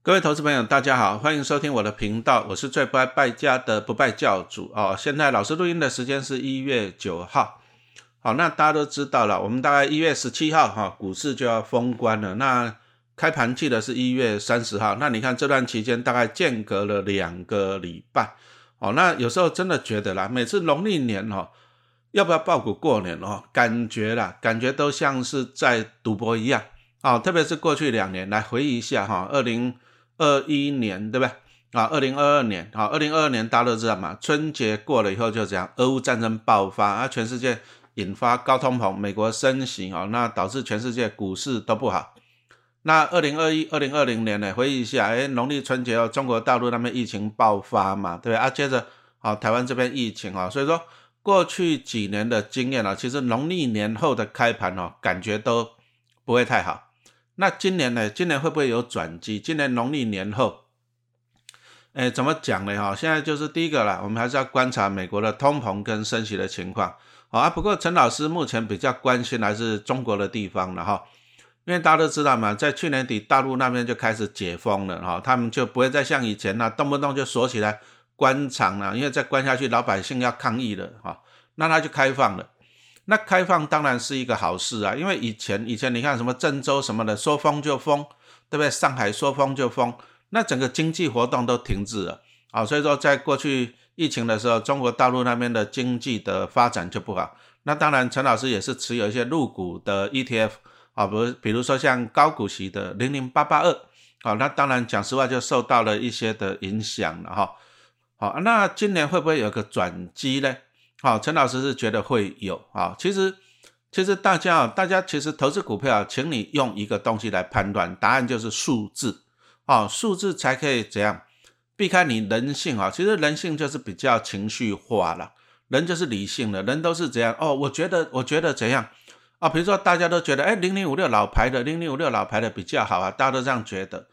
各位投资朋友大家好，欢迎收听我的频道，我是最不爱败家的不败教主现在老师录音的时间是1月9号。好，那大家都知道了，我们大概1月17号股市就要封关了，那开盘记得是1月30号，那你看这段期间大概间隔了2个礼拜。那有时候真的觉得啦，每次农历年要不要抱股过年感觉都像是在赌博一样特别是过去2年来回忆一下2021年对不对2022年2022年大家都知道嘛，春节过了以后就这样，俄乌战争爆发全世界引发高通膨，美国升息那导致全世界股市都不好。那2021、2020年呢，回忆一下农历春节中国大陆那边疫情爆发嘛，对不对接着台湾这边疫情所以说过去几年的经验其实农历年后的开盘感觉都不会太好。那今年呢？今年会不会有转机？今年农历年后怎么讲呢现在就是第一个啦，我们还是要观察美国的通膨跟升息的情况不过陈老师目前比较关心还是中国的地方了因为大家都知道嘛，在去年底大陆那边就开始解封了他们就不会再像以前动不动就锁起来关厂了，因为再关下去老百姓要抗议了那他就开放了。那开放当然是一个好事因为以前你看什么郑州什么的说封就封，对不对？上海说封就封，那整个经济活动都停滞了所以说在过去疫情的时候，中国大陆那边的经济的发展就不好。那当然陈老师也是持有一些陆股的 ETF比如说像高股息的00882那当然讲实话就受到了一些的影响了那今年会不会有个转机呢？陈老师是觉得会有其实大家其实投资股票请你用一个东西来判断，答案就是数字数字才可以怎样避开你人性其实人性就是比较情绪化啦，人就是理性的，人都是怎样我觉得怎样比如说大家都觉得0056老牌的0056老牌的比较好大家都这样觉得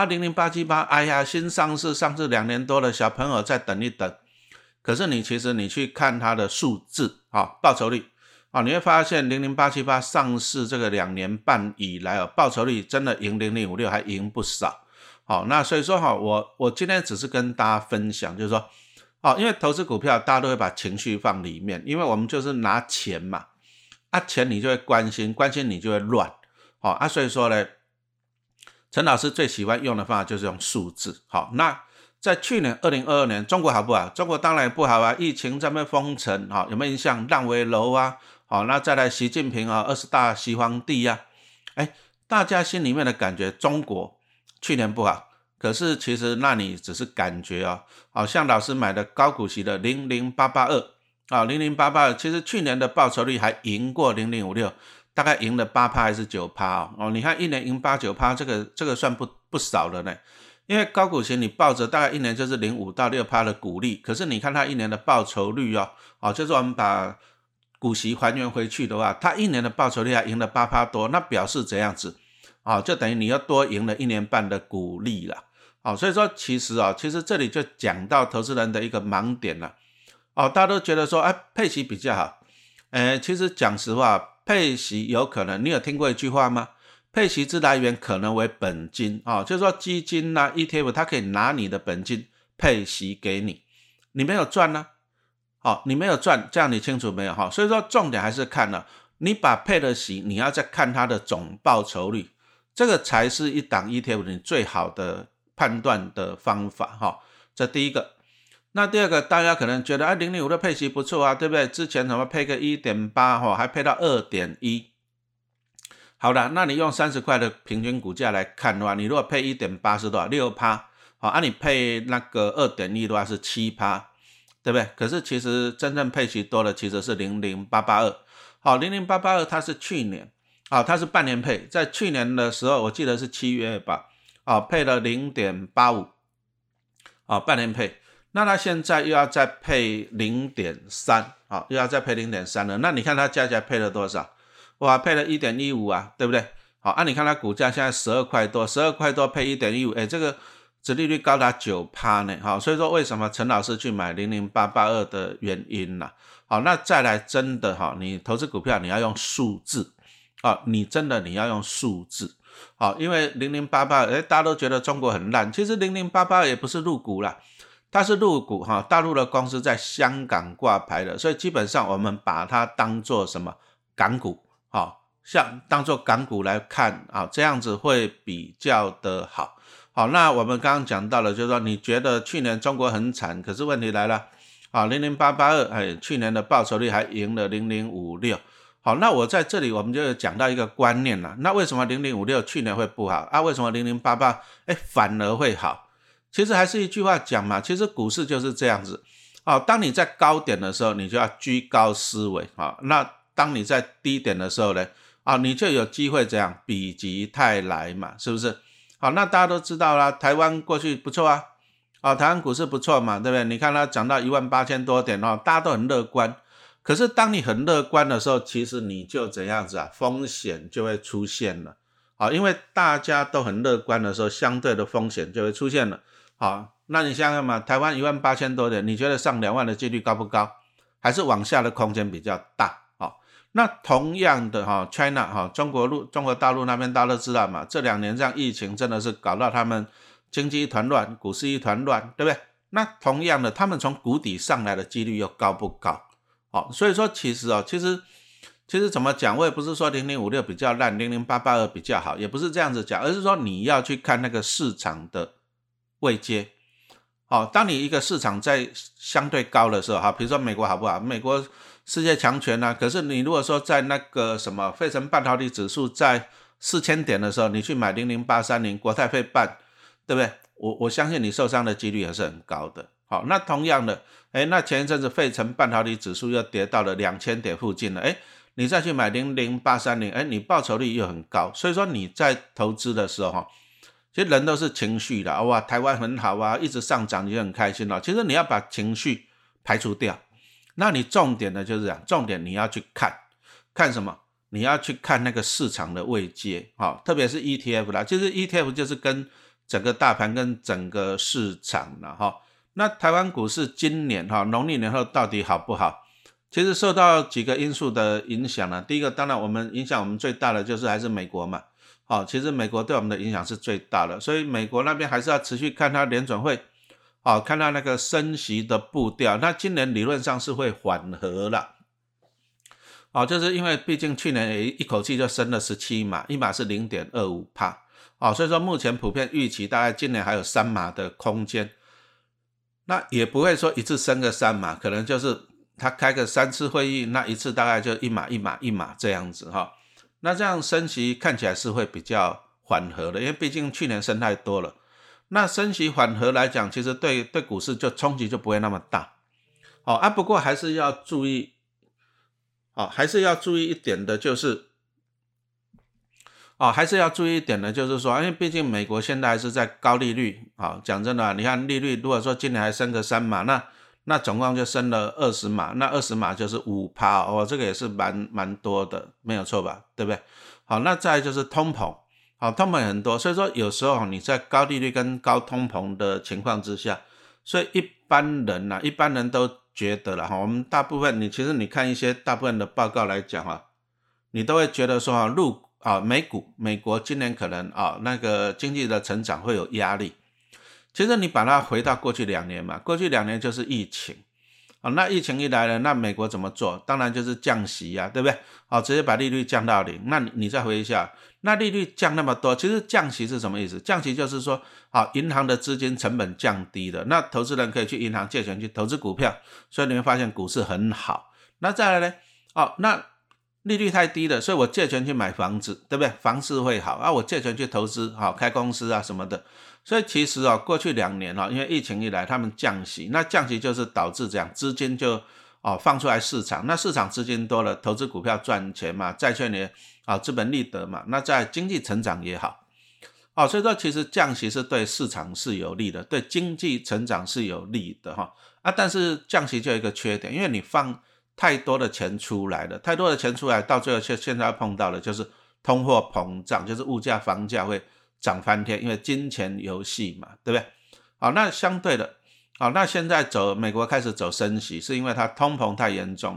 00878哎呀新上市2年多了，小朋友再等一等。可是其实你去看它的数字报酬率你会发现00878上市这个2年半以来报酬率真的赢0056还赢不少那所以说我今天只是跟大家分享，就是说因为投资股票大家都会把情绪放里面，因为我们就是拿钱嘛钱你就会关心你就会乱所以说呢，陈老师最喜欢用的方法就是用数字那在去年2022年中国好不好？中国当然不好疫情在那边封城有没有印象？烂尾楼那再来习近平20大习皇帝大家心里面的感觉中国去年不好，可是其实那你只是感觉像老师买的高股息的008820088其实去年的报酬率还赢过0056，大概赢了 8% 还是 9% 你看一年赢 8-9%， 这个算不少了呢。因为高股息你抱着大概一年就是0.5到 6% 的股利，可是你看它一年的报酬率就是我们把股息还原回去的话，它一年的报酬率还赢了 8% 多，那表示怎样子就等于你又多赢了1年半的股利了所以说其实这里就讲到投资人的一个盲点了大家都觉得说配息比较好其实讲实话，配息有可能，你有听过一句话吗？配息之来源可能为本金就是说基金ETF 它可以拿你的本金配息给你，你没有赚你没有赚，这样你清楚没有所以说重点还是看了你把配的息，你要再看它的总报酬率，这个才是一档 ETF 你最好的判断的方法这第一个。那第二个，大家可能觉得0.5的配息不错对不对？之前什么配个 1.8 还配到 2.1，好了，那你用30块的平均股价来看的话，你如果配 1.8 是多少？ 6% 你配那个 2.1 的话是 7%， 对不对？可是其实真正配息多的其实是0088200882它是去年它是半年配，在去年的时候我记得是7月吧配了 0.85 半年配，那它现在又要再配 0.3 又要再配 0.3 了，那你看它加起来配了多少？哇，配了 1.15 对不对？你看它股价现在12块多配 1.15 这个殖利率高达 9% 呢所以说为什么陈老师去买00882的原因啦那再来真的你投资股票你要用数字你真的你要用数字，因为0088，大家都觉得中国很烂，其实0088也不是入股啦，它是入股大陆的公司在香港挂牌的，所以基本上我们把它当作什么港股，像当作港股来看这样子会比较的好。好，那我们刚刚讲到了，就是说你觉得去年中国很惨，可是问题来了，00882去年的报酬率还赢了0056。好，那我在这里我们就讲到一个观念了，那为什么0056去年会不好为什么0088反而会好？其实还是一句话讲嘛，其实股市就是这样子当你在高点的时候你就要居高思维那当你在低点的时候呢你就有机会这样否极泰来嘛，是不是？好，那大家都知道啦，台湾过去不错台湾股市不错嘛，对不对？你看它涨到18000多点大家都很乐观。可是当你很乐观的时候，其实你就怎样子风险就会出现了因为大家都很乐观的时候，相对的风险就会出现了那你想想嘛，台湾18000多点，你觉得上2万的几率高不高？还是往下的空间比较大那同样的China 中国大陆那边大家都知道嘛，这2年这样疫情真的是搞到他们经济一团乱，股市一团乱，对不对？那同样的，他们从谷底上来的几率又高不高？所以说其实怎么讲，我也不是说0056比较烂，00882比较好，也不是这样子讲，而是说你要去看那个市场的位阶当你一个市场在相对高的时候比如说美国好不好？美国世界强权可是你如果说在那个什么费城半导体指数在4000点的时候，你去买00830国泰费半，对不对？我相信你受伤的几率也是很高的。好，那同样的那前一阵子费城半导体指数又跌到了2000点附近了你再去买00830你报酬率又很高。所以说你在投资的时候其实人都是情绪的哇，台湾很好一直上涨你就很开心其实你要把情绪排除掉，那你重点的就是这样，重点你要去看什么？你要去看那个市场的位阶特别是 ETF 啦，其实 ETF 就是跟整个大盘跟整个市场啦那台湾股市今年农历年后到底好不好？其实受到几个因素的影响第一个当然影响我们最大的就是还是美国嘛其实美国对我们的影响是最大的，所以美国那边还是要持续看它联准会看到那个升息的步调，那今年理论上是会缓和了就是因为毕竟去年也一口气就升了17码，一码是 0.25%所以说目前普遍预期大概今年还有3码的空间，那也不会说一次升个3码，可能就是他开个3次会议，那一次大概就1码这样子那这样升息看起来是会比较缓和的，因为毕竟去年升太多了，那升息缓和来讲，其实对股市就冲击就不会那么大不过还是要注意一点的就是说，因为毕竟美国现在还是在高利率讲真的你看利率如果说今年还升个3码，那总共就升了20码，那20码就是 5% 这个也是蛮多的，没有错吧？对不对？好，那再来就是通膨通膨很多，所以说有时候你在高利率跟高通膨的情况之下，所以一般人都觉得啦我们大部分其实你看一些大部分的报告来讲你都会觉得说美国今年可能那个经济的成长会有压力。其实你把它回到过去2年嘛，过去2年就是疫情那疫情一来了，那美国怎么做？当然就是降息对不对？直接把利率降到0。那你再回一下，那利率降那么多，其实降息是什么意思？降息就是说银行的资金成本降低了，那投资人可以去银行借钱去投资股票，所以你会发现股市很好。那再来呢那利率太低了，所以我借钱去买房子，对不对？房市会好我借钱去投资开公司什么的。所以其实过去2年因为疫情一来他们降息，那降息就是导致这样资金就放出来市场，那市场资金多了，投资股票赚钱嘛，债券也资本利得嘛，那在经济成长也好所以说其实降息是对市场是有利的，对经济成长是有利的但是降息就有一个缺点，因为你放太多的钱出来了，到最后现在碰到的就是通货膨胀，就是物价房价会涨翻天，因为金钱游戏嘛，对不对？那相对的那现在美国开始走升息，是因为它通膨太严重了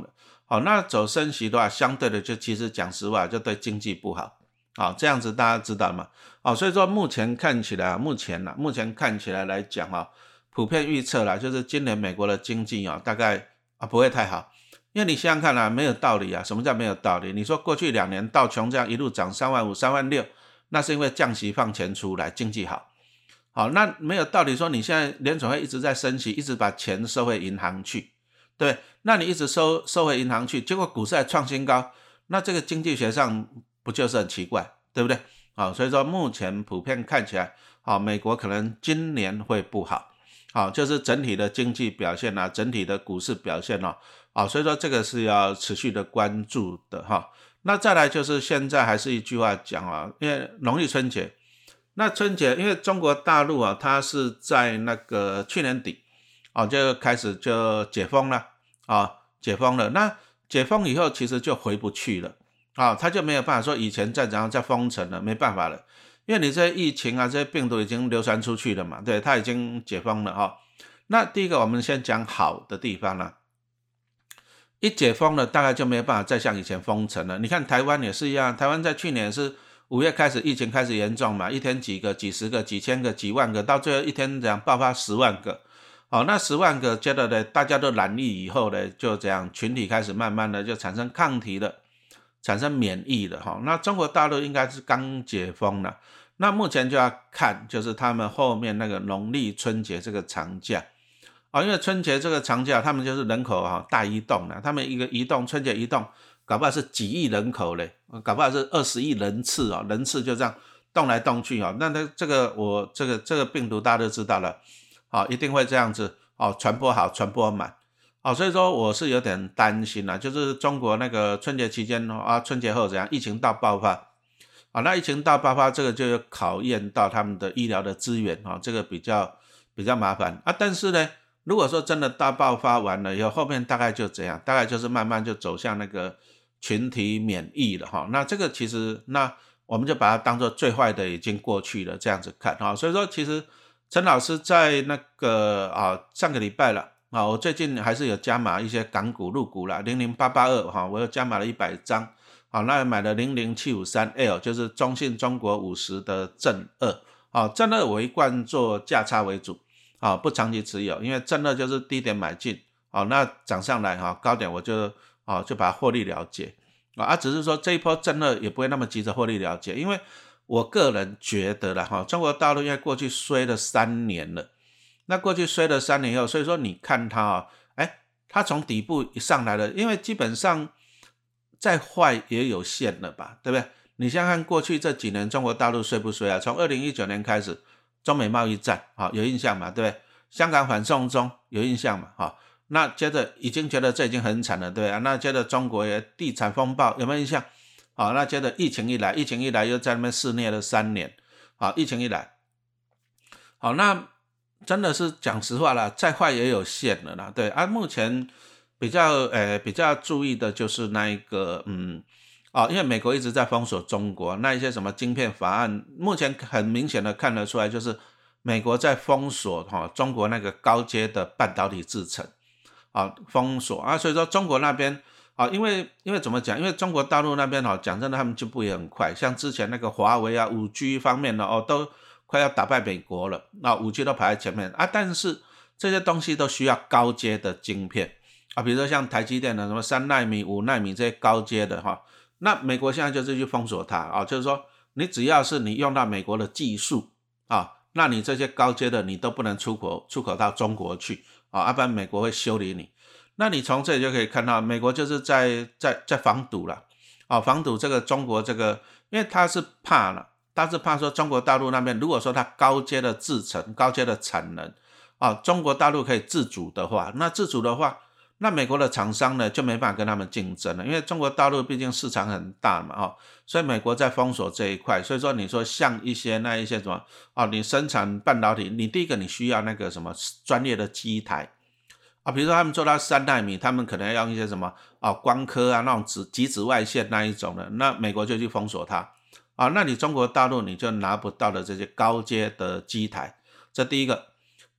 好，那走升息的话，相对的就其实讲实话就对经济不好。好，这样子大家知道吗？好，所以说目前看起来，目前看起来来讲啊，普遍预测啦，就是今年美国的经济啊，大概不会太好。因为你想想看啊，没有道理啊。什么叫没有道理？你说过去2年道琼这样一路涨35000、36000，那是因为降息放钱出来，经济好。好，那没有道理说你现在联准会一直在升息，一直把钱收回银行去，对，那你一直收回银行去，结果股市还创新高，那这个经济学上不就是很奇怪，对不对？好，所以说目前普遍看起来，好，美国可能今年会不好，好，就是整体的经济表现啊，整体的股市表现哦，好，所以说这个是要持续的关注的哈。那再来就是现在还是一句话讲啊，因为农历春节。那春节，因为中国大陆啊，它是在那个去年底就开始就解封了解封了。那解封以后，其实就回不去了它就没有办法说以前再怎样再封城了，没办法了，因为你这些疫情啊，这些病毒已经流传出去了嘛，对，它已经解封了那第一个，我们先讲好的地方啦。一解封了，大概就没有办法再像以前封城了。你看台湾也是一样，台湾在去年是5月开始疫情开始严重嘛，一天几个、几十个、几千个、几万个，到最后一天这样爆发10万个。好，那10万个接着呢，大家都染疫以后呢，就这样群体开始慢慢的就产生抗体了，产生免疫了那中国大陆应该是刚解封了，那目前就要看就是他们后面那个农历春节这个长假因为春节这个长假他们就是人口大移动了，他们一个移动春节移动搞不好是几亿人口嘞，搞不好是20亿人次人次就这样动来动去那这个病毒大家都知道了一定会这样子传播好传播满所以说我是有点担心就是中国那个春节期间春节后怎样疫情大爆发那疫情大爆发这个就考验到他们的医疗的资源这个比较麻烦但是呢如果说真的大爆发完了以后，后面大概就怎样？大概就是慢慢就走向那个群体免疫了那这个其实，那我们就把它当作最坏的已经过去了，这样子看所以说，其实陈老师在那个上个礼拜了我最近还是有加码一些港股入股啦，00882我又加码了100张那买了 00753L， 就是中信中国50的正二正二我一贯做价差为主。不长期持有，因为正二就是低点买进那涨上来高点我就把它获利了结只是说这一波正二也不会那么急着获利了结，因为我个人觉得啦中国大陆因为过去衰了3年了，那过去衰了3年以后，所以说你看它它从底部一上来了，因为基本上再坏也有限了吧，对不对？你想想看过去这几年中国大陆衰不衰从2019年开始中美贸易战有印象嘛，对不对？香港反送中有印象嘛那接着已经觉得这已经很惨了，对那接着中国也地产风暴有没有印象那接着疫情一来又在那边肆虐了3年疫情一来那真的是讲实话啦，再坏也有限了啦，对目前比较注意的就是那一个因为美国一直在封锁中国，那一些什么晶片法案，目前很明显的看得出来，就是美国在封锁中国那个高阶的半导体制程封锁所以说中国那边因为怎么讲？因为中国大陆那边讲真的，他们进步也很快，像之前那个华为5G 方面都快要打败美国了5G 都排在前面但是这些东西都需要高阶的晶片比如说像台积电的什么3奈米、5奈米这些高阶的那美国现在就是去封锁它就是说你只要是你用到美国的技术那你这些高阶的你都不能出口到中国去要不然美国会修理你。那你从这里就可以看到美国就是在防堵了防堵这个中国这个，因为他是怕说中国大陆那边如果说它高阶的制程、高阶的产能中国大陆可以自主的话，那美国的厂商呢就没办法跟他们竞争了，因为中国大陆毕竟市场很大嘛所以美国在封锁这一块。所以说你说像一些什么你生产半导体，你第一个你需要那个什么专业的机台比如说他们做到3奈米，他们可能要用一些什么光刻那种极紫外线那一种的，那美国就去封锁它那你中国大陆你就拿不到的这些高阶的机台，这第一个。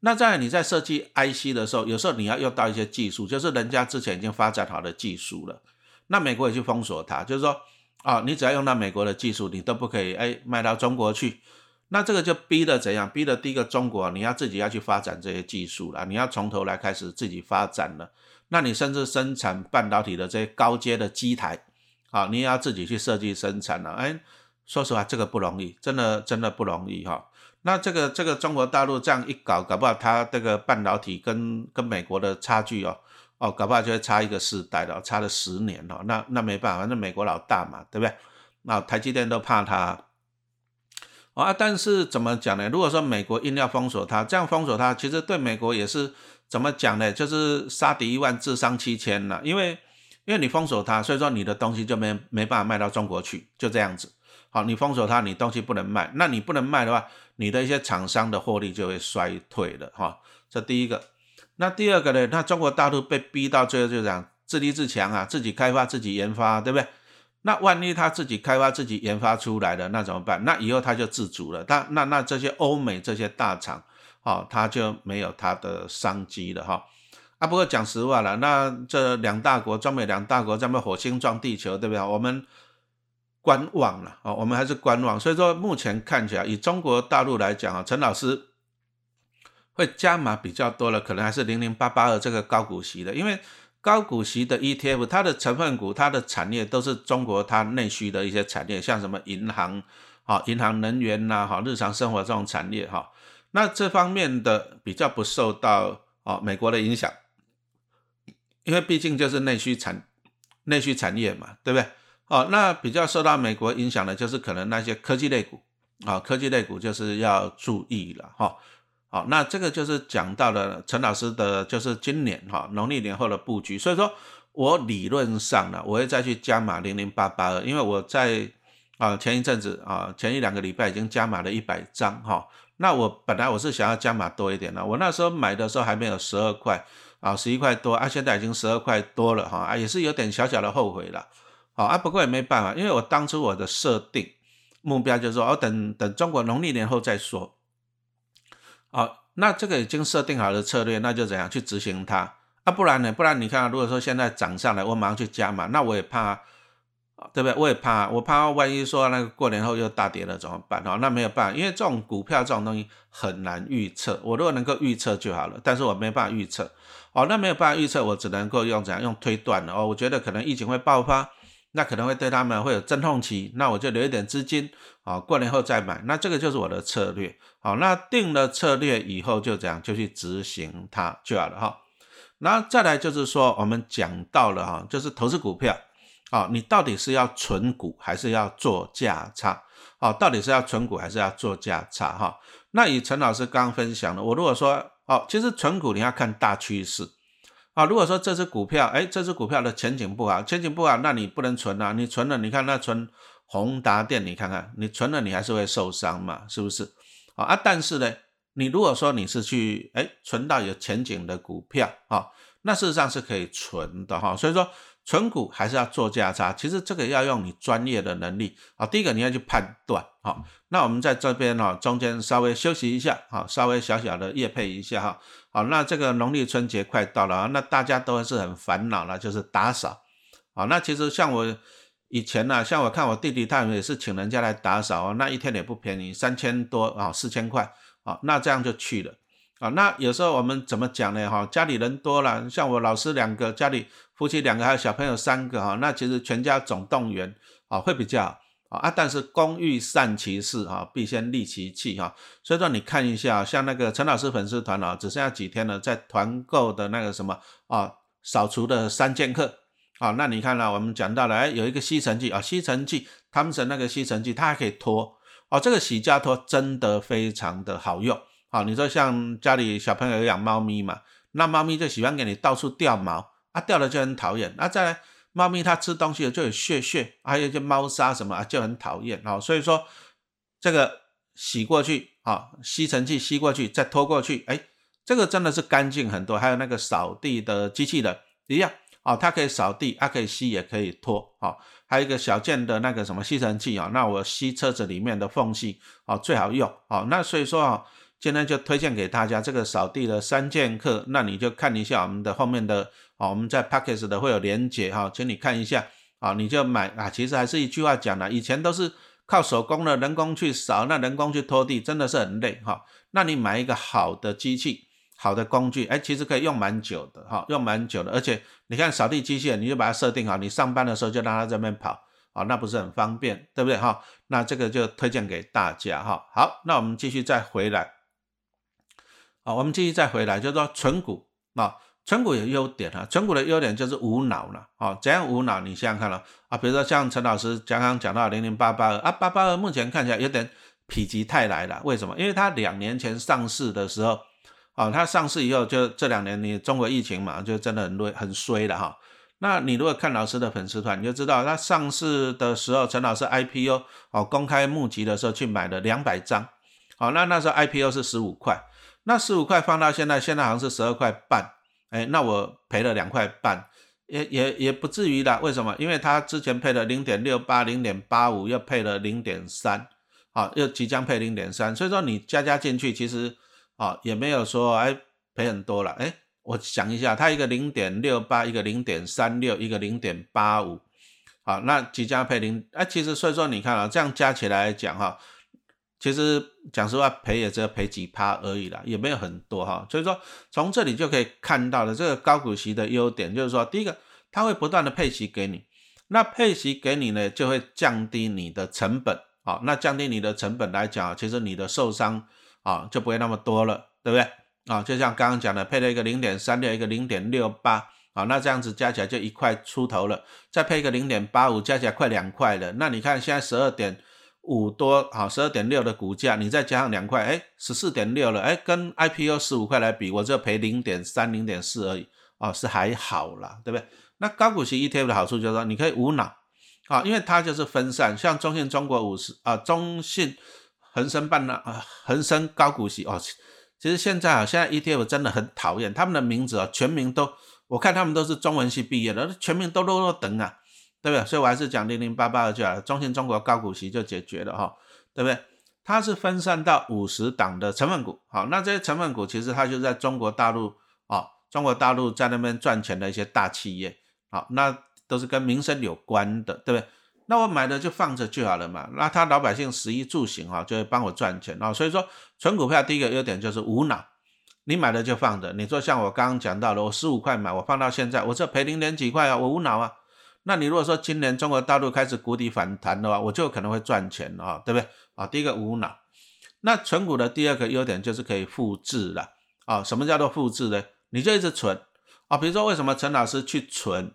那再来你在设计 IC 的时候，有时候你要用到一些技术，就是人家之前已经发展好的技术了，那美国也去封锁它，就是说你只要用到美国的技术，你都不可以卖到中国去。那这个就逼得怎样？逼得第一个中国你要自己要去发展这些技术了，你要从头来开始自己发展了。那你甚至生产半导体的这些高阶的机台，你也要自己去设计生产了。说实话这个不容易，真的不容易哈。那这个中国大陆这样一搞，搞不好它这个半导体跟美国的差距搞不好就会差一个世代了，差了10年了。那没办法，那美国老大嘛，对不对？那台积电都怕它。但是怎么讲呢？如果说美国硬要封锁它，这样封锁它，其实对美国也是怎么讲呢？就是杀敌1万，自伤7000了。因为你封锁它，所以说你的东西就没办法卖到中国去，就这样子。好，你封锁它，你东西不能卖，那你不能卖的话，你的一些厂商的获利就会衰退了哈。这第一个。那第二个呢？那中国大陆被逼到最后就讲自立自强啊，自己开发自己研发，对不对？那万一他自己开发自己研发出来的，那怎么办？那以后他就自主了，那这些欧美这些大厂他就没有他的商机了哈。不过讲实话了，那这两大国，中美两大国在那火星撞地球，对不对？我们观望了我们还是观望。所以说目前看起来，以中国大陆来讲陈老师会加码比较多了，可能还是00882这个高股息的，因为高股息的 ETF 它的成分股，它的产业都是中国它内需的一些产业，像什么银行银行能源日常生活这种产业那这方面的比较不受到美国的影响，因为毕竟就是内需产业嘛，对不对？那比较受到美国影响的就是可能那些科技类股科技类股就是要注意了好，那这个就是讲到了陈老师的就是今年农历年后的布局。所以说我理论上呢，我会再去加码00882，因为我在前一阵子前1-2个礼拜已经加码了100张那我本来我是想要加码多一点的，我那时候买的时候还没有12块11块多现在已经12块多了也是有点小小的后悔了不过也没办法，因为我当初我的设定目标就是说等中国农历年后再说那这个已经设定好的策略，那就怎样去执行它不然呢？不然你看如果说现在涨上来，我马上去加码，那我也怕对不对？我怕万一说那个过年后又大跌了怎么办那没有办法，因为这种股票这种东西很难预测，我如果能够预测就好了，但是我没办法预测那没有办法预测，我只能够用怎样用推断的我觉得可能疫情会爆发，那可能会对他们会有阵痛期，那我就留一点资金过年后再买，那这个就是我的策略那定了策略以后就这样就去执行它就好了那再来就是说我们讲到了就是投资股票你到底是要存股还是要做价差到底是要存股还是要做价差那以陈老师刚刚分享的，我如果说其实存股你要看大趋势如果说这只股票的前景不好，那你不能存你存了，你看那存宏达电，你看看你存了你还是会受伤嘛，是不是但是呢你如果说你是去存到有前景的股票那事实上是可以存的所以说存股还是要做价差，其实这个要用你专业的能力第一个你要去判断那我们在这边中间稍微休息一下稍微小小的业配一下那这个农历春节快到了那大家都是很烦恼了，就是打扫那其实像我以前像我看我弟弟他们也是请人家来打扫那一天也不便宜，3000多4000块那这样就去了那有时候我们怎么讲呢家里人多了，像我老师2个，家里夫妻2个还有小朋友3个那其实全家总动员会比较好但是工欲善其事必先利其器所以说你看一下像那个陈老师粉丝团只剩下几天了，在团购的那个什么扫除的3剑客那你看我们讲到了有一个吸尘器吸尘器他们那个吸尘器它还可以拖这个洗家拖真的非常的好用你说像家里小朋友有养猫咪嘛，那猫咪就喜欢给你到处掉毛掉了就很讨厌再来猫咪它吃东西就有屑还有一些猫砂什么就很讨厌所以说这个洗过去吸尘器吸过去再拖过去这个真的是干净很多。还有那个扫地的机器人一样它可以扫地可以吸也可以拖还有一个小件的那个什么吸尘器那我吸车子里面的缝隙最好用那所以说今天就推荐给大家这个扫地的3剑客，那你就看一下我们的后面的我们在 Podcast 的会有连结请你看一下你就买其实还是一句话讲以前都是靠手工的人工去扫，那人工去拖地真的是很累那你买一个好的机器好的工具其实可以用蛮久的用蛮久的，而且你看扫地机器人你就把它设定好，你上班的时候就让它在那边跑那不是很方便对不对那这个就推荐给大家好，那我们继续再回来就是说存股存股有优点存股的优点就是无脑了怎样无脑你想想看比如说像陈老师刚刚讲到00882 882目前看起来有点否极泰来了，为什么？因为它2年前上市的时候它上市以后就这2年你中国疫情嘛，就真的很衰了那你如果看老师的粉丝团你就知道，它上市的时候陈老师 IPO 公开募集的时候去买了200张那时候 IPO 是15块，那15块放到现在好像是12块半那我赔了2块半也不至于啦，为什么？因为他之前配了 0.68 0.85 又配了 0.3 又即将配 0.3 所以说你加进去其实也没有说赔很多了我想一下，它一个 0.68 一个 0.36 一个 0.85 那即将配其实所以说你看这样加起来来讲其实讲实话赔也只有赔几%而已啦，也没有很多所以说从这里就可以看到的这个高股息的优点就是说，第一个它会不断的配息给你，那配息给你呢就会降低你的成本那降低你的成本来讲其实你的受伤就不会那么多了，对不对就像刚刚讲的配了一个 0.36 一个 0.68那这样子加起来就1块出头了，再配一个 0.85 加起来快2块了，那你看现在 12.5 多12.6 的股价，你再加上2块14.6 了跟 IPO 15块来比，我只有赔 0.3 0.4 而已是还好啦，对不对？那高股息 ETF 的好处就是说你可以无脑因为它就是分散，像中信中国50中信恒生恒生高股息其实现在ETF 真的很讨厌，他们的名字全名都我看他们都是中文系毕业的，全名都落等对不对？所以我还是讲00882就好了，中信中国高股息就解决了对不对？它是分散到50档的成分股那这些成分股其实它就在中国大陆中国大陆在那边赚钱的一些大企业那都是跟民生有关的，对不对？那我买了就放着就好了嘛，那他老百姓食衣住行就会帮我赚钱所以说存股票第一个优点就是无脑，你买了就放着，你说像我刚刚讲到了，我15块买，我放到现在我这赔0点几块我无脑那你如果说今年中国大陆开始谷底反弹的话，我就可能会赚钱对不对第一个无脑。那存股的第二个优点就是可以复制了什么叫做复制呢？你就一直存比如说为什么陈老师去存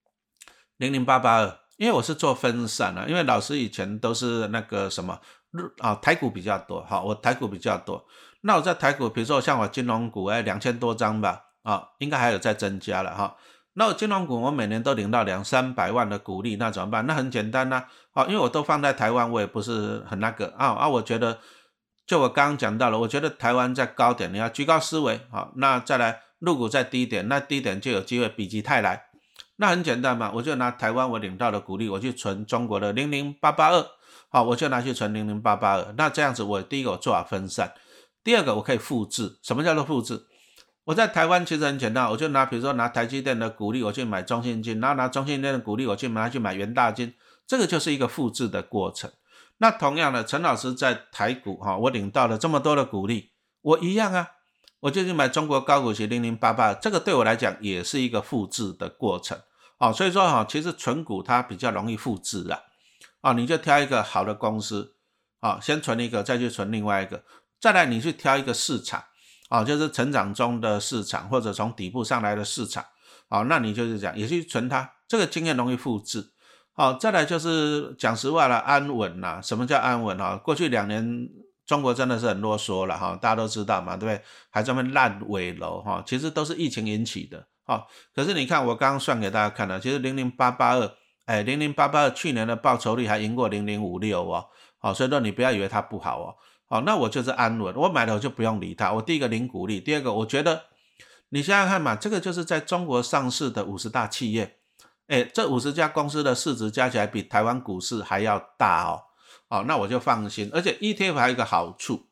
00882，因为我是做分散因为老师以前都是那个什么台股比较多我台股比较多，那我在台股比如说像我金融股2000多张吧应该还有再增加了那我金融股我每年都领到200-300万的股利，那怎么办？那很简单因为我都放在台湾，我也不是很那个我觉得就我刚刚讲到了，我觉得台湾在高点你要居高思维那再来陆股在低点，那低点就有机会否极泰来，那很简单嘛，我就拿台湾我领到的股利我去存中国的00882我就拿去存00882，那这样子我第一个我做好分散，第二个我可以复制。什么叫做复制？我在台湾其实很简单，我就比如说拿台积电的股利我去买中信金，然后拿中信电的股利我去拿去买元大金，这个就是一个复制的过程。那同样的，陈老师在台股我领到了这么多的股利，我一样我就去买中国高股息00882，这个对我来讲也是一个复制的过程所以说其实存股它比较容易复制你就挑一个好的公司先存一个，再去存另外一个，再来你去挑一个市场就是成长中的市场或者从底部上来的市场那你就是讲也去存它，这个经验容易复制再来就是讲实话了，安稳什么叫安稳过去2年中国真的是很啰嗦了大家都知道嘛，对不对？还专门烂尾楼其实都是疫情引起的可是你看我刚刚算给大家看了，其实00882 00882去年的报酬率还赢过0056所以说你不要以为它不好那我就是安稳，我买了我就不用理它，我第一个零股利，第二个我觉得你想想看嘛，这个就是在中国上市的50大企业这50家公司的市值加起来比台湾股市还要大那我就放心。而且 ETF 还有一个好处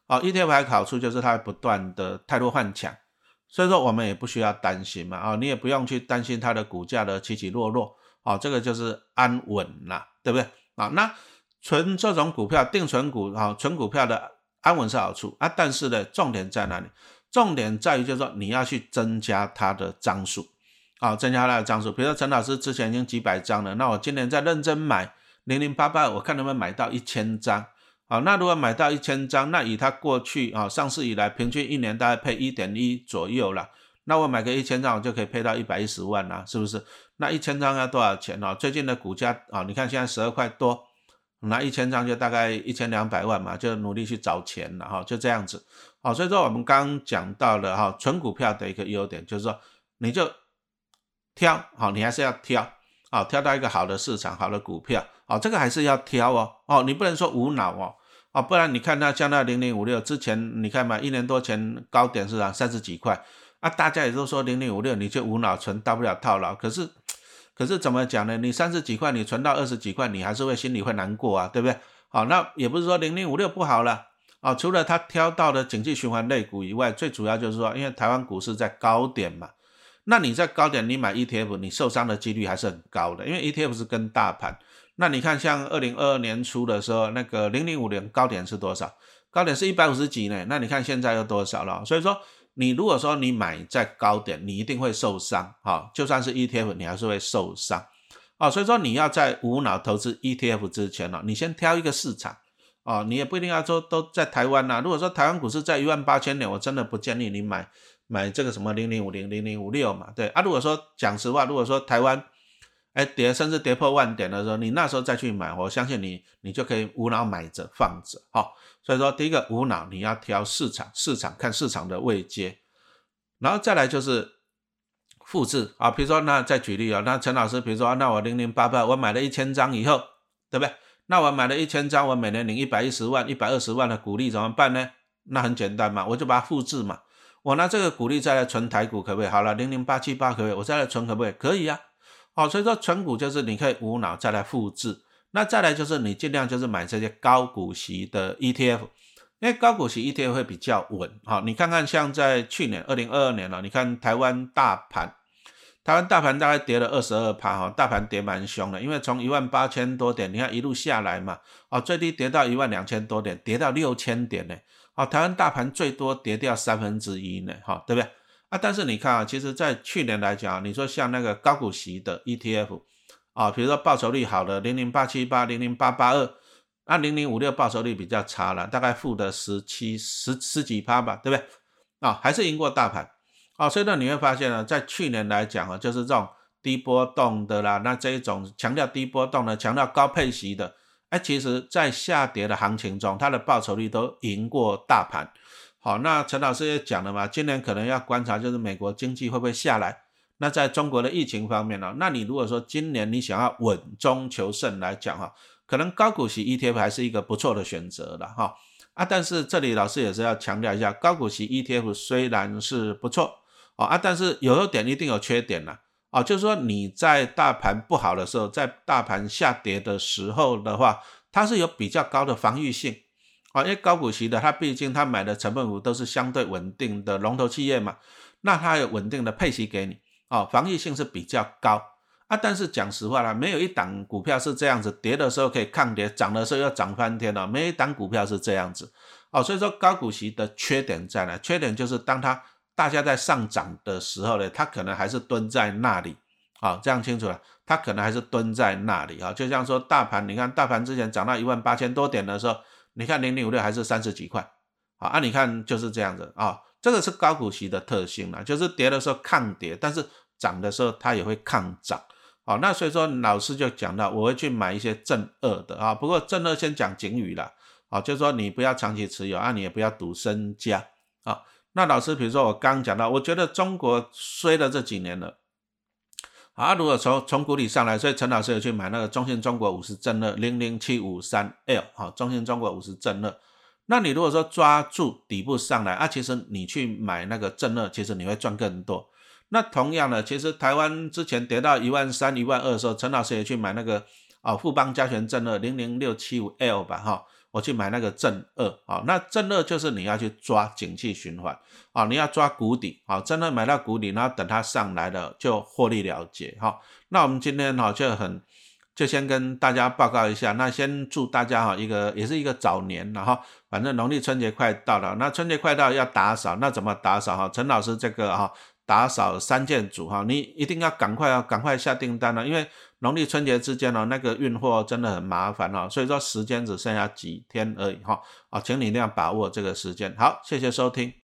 ETF 还有好处就是它会不断的汰弱换强，所以说我们也不需要担心嘛，你也不用去担心它的股价的起起落落，这个就是安稳啦，对不对？那存这种股票定存股存股票的安稳是好处但是呢重点在哪里？重点在于就是说你要去增加它的张数增加它的张数。比如说陈老师之前已经几百张了，那我今年再认真买0088，我看能不能买到1000张。那如果买到1000张，那以它过去上市以来平均一年大概配 1.1 左右啦，那我买个1000张我就可以配到110万啦，是不是？那1000张要多少钱最近的股价你看现在12块多，那1000张就大概1200万嘛，就努力去找钱了就这样子。所以说我们刚刚讲到了存股票的一个优点，就是说你就挑你还是要挑挑到一个好的市场好的股票这个还是要挑你不能说无脑不然你看像那0056之前你看嘛，1年多前高点是30几块大家也都说0056你就无脑存，大不了套牢，可是怎么讲呢？你30几块你存到20几块，你还是会心里会难过对不对？那也不是说0056不好了除了它挑到的景气循环类股以外，最主要就是说因为台湾股市在高点嘛，那你在高点你买 ETF 你受伤的几率还是很高的，因为 ETF 是跟大盘。那你看像2022年初的时候那个0050高点是多少？高点是150几呢，那你看现在又多少了？所以说你如果说你买在高点你一定会受伤就算是 ETF 你还是会受伤所以说你要在无脑投资 ETF 之前你先挑一个市场你也不一定要说都在台湾如果说台湾股市在18000点，我真的不建议你买这个什么0050 0056嘛，对如果说讲实话，如果说台湾甚至跌破10000点的时候，你那时候再去买，我相信你就可以无脑买着放着所以说第一个无脑你要挑市场看市场的位阶，然后再来就是复制比如说那再举例那陈老师比如说那我0088我买了1000张以后，对不对？那我买了1000张，我每年领110万120万的股利怎么办呢？那很简单嘛，我就把它复制嘛，我拿这个股利再来存台股可不可以？好了00878可不可以？我再来存可不可以？可以所以说存股就是你可以无脑再来复制，那再来就是你尽量就是买这些高股息的 ETF， 因为高股息 ETF 会比较稳你看看像在去年2022年你看台湾大盘大概跌了 22% 大盘跌蛮凶的，因为从18000多点你看一路下来嘛最低跌到12000多点，跌到6000点呢台湾大盘最多跌掉1/3呢对不对但是你看其实在去年来讲你说像那个高股息的 ETF比如说报酬率好的00878 008820056报酬率比较差了，大概负的十几%吧，对不对还是赢过大盘所以呢你会发现在去年来讲就是这种低波动的啦，那这一种强调低波动的强调高配息的其实在下跌的行情中它的报酬率都赢过大盘那陈老师也讲了嘛，今年可能要观察就是美国经济会不会下来，那在中国的疫情方面那你如果说今年你想要稳中求胜来讲可能高股息 ETF 还是一个不错的选择了但是这里老师也是要强调一下，高股息 ETF 虽然是不错但是有优点一定有缺点啦就是说你在大盘不好的时候，在大盘下跌的时候的话，它是有比较高的防御性因为高股息的它毕竟它买的成分股都是相对稳定的龙头企业嘛，那它有稳定的配息给你防御性是比较高但是讲实话啦，没有一档股票是这样子，跌的时候可以抗跌，涨的时候又涨翻天没有一档股票是这样子所以说高股息的缺点在哪？缺点就是当它大家在上涨的时候呢，它可能还是蹲在那里这样清楚了，它可能还是蹲在那里就像说大盘，你看大盘之前涨到18000多点的时候，你看0056还是30几块你看就是这样子这个是高股息的特性啦，就是跌的时候抗跌，但是涨的时候它也会抗涨那所以说老师就讲到我会去买一些正二的不过正二先讲警语啦就是说你不要长期持有你也不要赌身家那老师比如说我刚讲到，我觉得中国衰了这几年了如果从谷底上来，所以陈老师有去买那个中信中国50正二 00753L 中信中国50正二，那你如果说抓住底部上来其实你去买那个正二，其实你会赚更多。那同样的，其实台湾之前跌到13000 12000的时候，陈老师也去买那个富邦加权正二 00675L 吧我去买那个正二啊，那正二就是你要去抓景气循环啊，你要抓谷底啊，真的买到谷底，然后等它上来了就获利了结哈。那我们今天就先跟大家报告一下，那先祝大家也是一个早年了哈，反正农历春节快到了，那春节快到要打扫，那怎么打扫哈？陈老师这个打扫3件组你一定要赶快下订单了，因为农历春节之间那个运货真的很麻烦所以说时间只剩下几天而已请你一定要把握这个时间。好，谢谢收听。